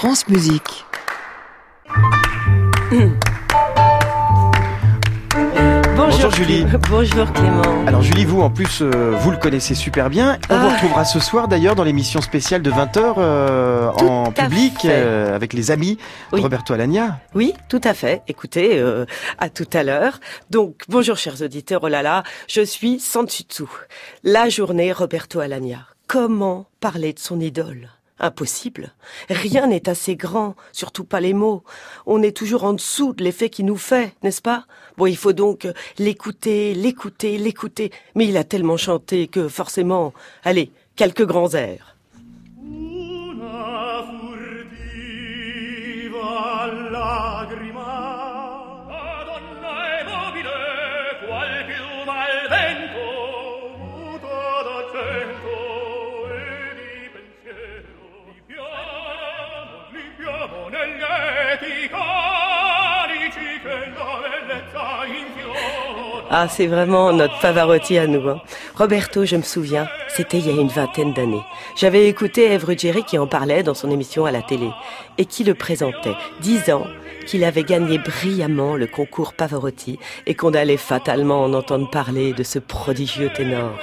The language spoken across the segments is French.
France Musique. Bonjour Julie. Bonjour Clément. Alors Julie, vous en plus, vous le connaissez super bien. On vous retrouvera ce soir d'ailleurs dans l'émission spéciale de 20h en public avec les amis de Roberto Alagna. Oui, tout à fait. Écoutez, à tout à l'heure. Donc, bonjour chers auditeurs, oh là là, je suis sans dessus-dessous. La journée Roberto Alagna. Comment parler de son idole ? Impossible. Rien n'est assez grand, surtout pas les mots. On est toujours en dessous de l'effet qu'il nous fait, n'est-ce pas ? Bon, il faut donc l'écouter. Mais il a tellement chanté que forcément, allez, quelques grands airs. Ah, c'est vraiment notre Pavarotti à nous. Roberto, je me souviens, c'était il y a une vingtaine d'années. J'avais écouté Ève Ruggieri qui en parlait dans son émission à la télé et qui le présentait, disant qu'il avait gagné brillamment le concours Pavarotti et qu'on allait fatalement en entendre parler de ce prodigieux ténor.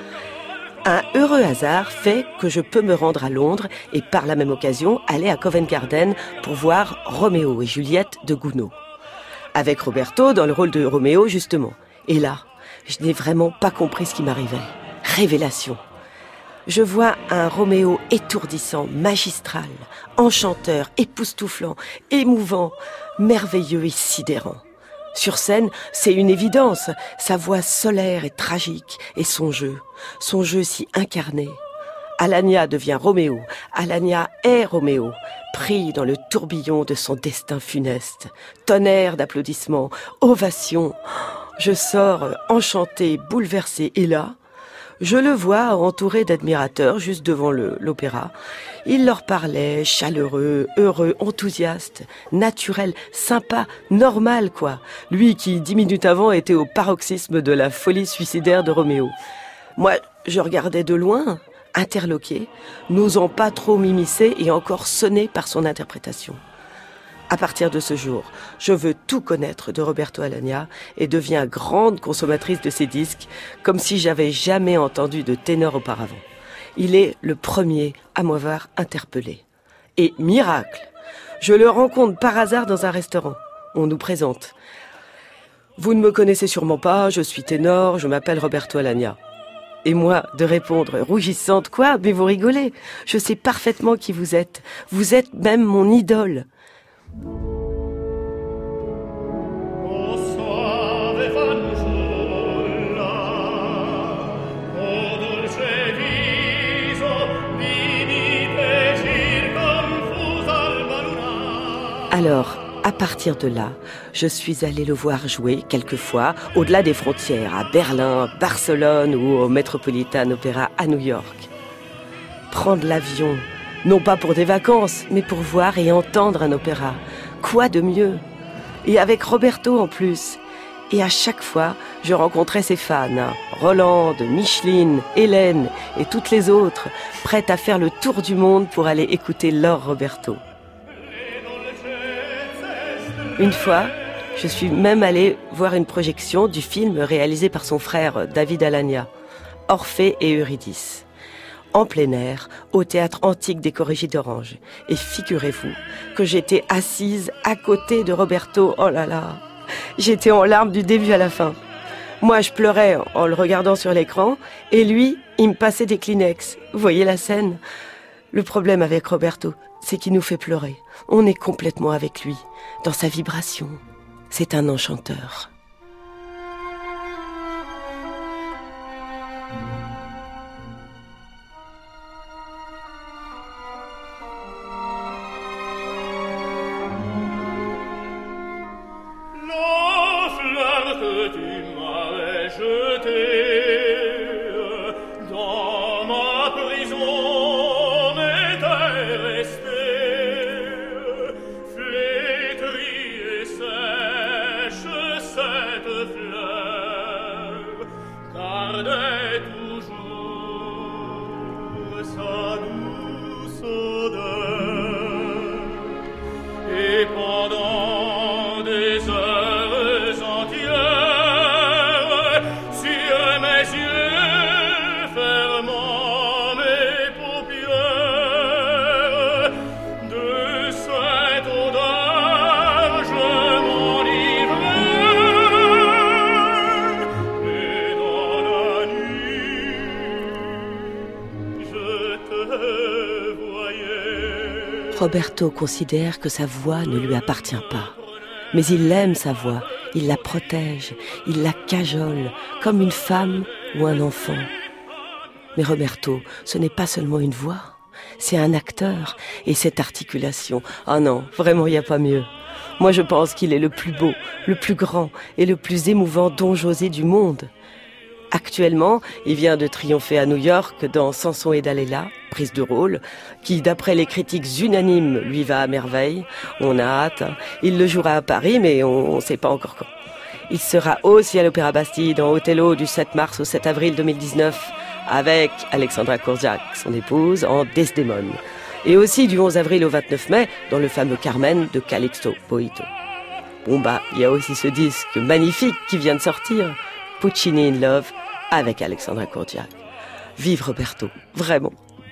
Un heureux hasard fait que je peux me rendre à Londres et par la même occasion aller à Covent Garden pour voir Roméo et Juliette de Gounod. Avec Roberto dans le rôle de Roméo justement. Et là, je n'ai vraiment pas compris ce qui m'arrivait. Révélation. Je vois un Roméo étourdissant, magistral, enchanteur, époustouflant, émouvant, merveilleux et sidérant. Sur scène, c'est une évidence, sa voix solaire et tragique, et son jeu si incarné. Alagna devient Roméo, Alagna est Roméo, pris dans le tourbillon de son destin funeste. Tonnerre d'applaudissements, ovations. Je sors enchantée, bouleversée, et là, je le vois entouré d'admirateurs juste devant l'opéra. Il leur parlait, chaleureux, heureux, enthousiaste, naturel, sympa, normal quoi. Lui qui, 10 minutes avant, était au paroxysme de la folie suicidaire de Roméo. Moi, je regardais de loin, interloqué, n'osant pas trop m'immiscer et encore sonné par son interprétation. À partir de ce jour, je veux tout connaître de Roberto Alagna et deviens grande consommatrice de ses disques, comme si j'avais jamais entendu de ténor auparavant. Il est le premier à m'avoir interpellé. Et miracle, je le rencontre par hasard dans un restaurant. On nous présente. Vous ne me connaissez sûrement pas, je suis ténor, je m'appelle Roberto Alagna. Et moi, de répondre rougissante, quoi ? Mais vous rigolez, je sais parfaitement qui vous êtes. Vous êtes même mon idole. Alors, à partir de là, je suis allée le voir jouer quelquefois au-delà des frontières, à Berlin, Barcelone ou au Metropolitan Opera à New York. Prendre l'avion, non pas pour des vacances, mais pour voir et entendre un opéra. Quoi de mieux ? Et avec Roberto en plus. Et à chaque fois, je rencontrais ses fans, Rolande, Micheline, Hélène et toutes les autres, prêtes à faire le tour du monde pour aller écouter leur Roberto. Une fois, je suis même allée voir une projection du film réalisé par son frère David Alagna, Orphée et Eurydice, en plein air, au théâtre antique des Corrigis d'Orange. Et figurez-vous que j'étais assise à côté de Roberto. Oh là là, j'étais en larmes du début à la fin. Moi, je pleurais en le regardant sur l'écran, et lui, il me passait des Kleenex. Vous voyez la scène ? Le problème avec Roberto, c'est qu'il nous fait pleurer. On est complètement avec lui, dans sa vibration. C'est un enchanteur. Flétrie et sèche, Roberto considère que sa voix ne lui appartient pas. Mais il aime sa voix, il la protège, il la cajole, comme une femme ou un enfant. Mais Roberto, ce n'est pas seulement une voix, c'est un acteur. Et cette articulation, ah non, vraiment il n'y a pas mieux. Moi je pense qu'il est le plus beau, le plus grand et le plus émouvant Don José du monde. Actuellement, il vient de triompher à New York dans Samson et Dalila, prise de rôle, qui d'après les critiques unanimes lui va à merveille. On a hâte. Il le jouera à Paris, mais on ne sait pas encore quand. Il sera aussi à l'Opéra Bastille dans Othello du 7 mars au 7 avril 2019 avec Alexandra Kourdiak, son épouse, en Desdémone. Et aussi du 11 avril au 29 mai dans le fameux Carmen de Calixto Poito. Bon il y a aussi ce disque magnifique qui vient de sortir, Puccini in Love, avec Alexandra Kourdiak. Vive Roberto, vraiment.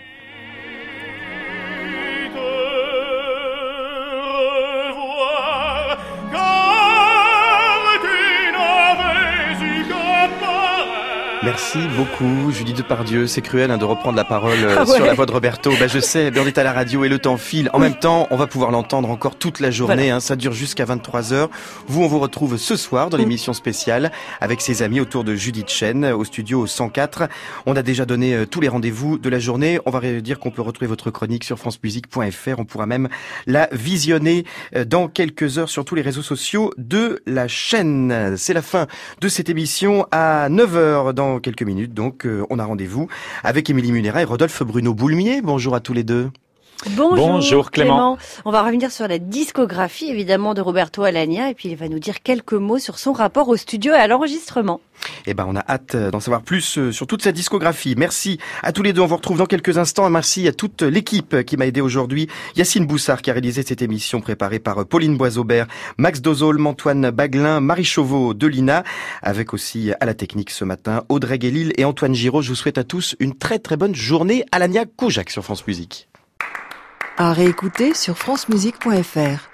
Merci beaucoup, Julie Depardieu. C'est cruel de reprendre la parole sur la voix de Roberto. Je sais, on est à la radio et le temps file. En même temps, on va pouvoir l'entendre encore toute la journée. Voilà. Ça dure jusqu'à 23h. On vous retrouve ce soir dans l'émission spéciale avec ses amis autour de Judith Chen au studio 104. On a déjà donné tous les rendez-vous de la journée. On va dire qu'on peut retrouver votre chronique sur francemusique.fr. On pourra même la visionner dans quelques heures sur tous les réseaux sociaux de la chaîne. C'est la fin de cette émission à 9h dans quelques minutes. Donc, on a rendez-vous avec Émilie Munera et Rodolphe Bruno Boulmier. Bonjour à tous les deux. Bonjour Clément. On va revenir sur la discographie évidemment de Roberto Alagna et puis il va nous dire quelques mots sur son rapport au studio et à l'enregistrement. On a hâte d'en savoir plus sur toute sa discographie. Merci à tous les deux. On vous retrouve dans quelques instants. Merci à toute l'équipe qui m'a aidé aujourd'hui. Yacine Boussard qui a réalisé cette émission préparée par Pauline Boisaubert, Max Dozolm, Antoine Baglin, Marie Chauveau de Lina, avec aussi à la technique ce matin Audrey Guélil et Antoine Giraud. Je vous souhaite à tous une très très bonne journée. Alagna Kourdiak sur France Musique. À réécouter sur francemusique.fr.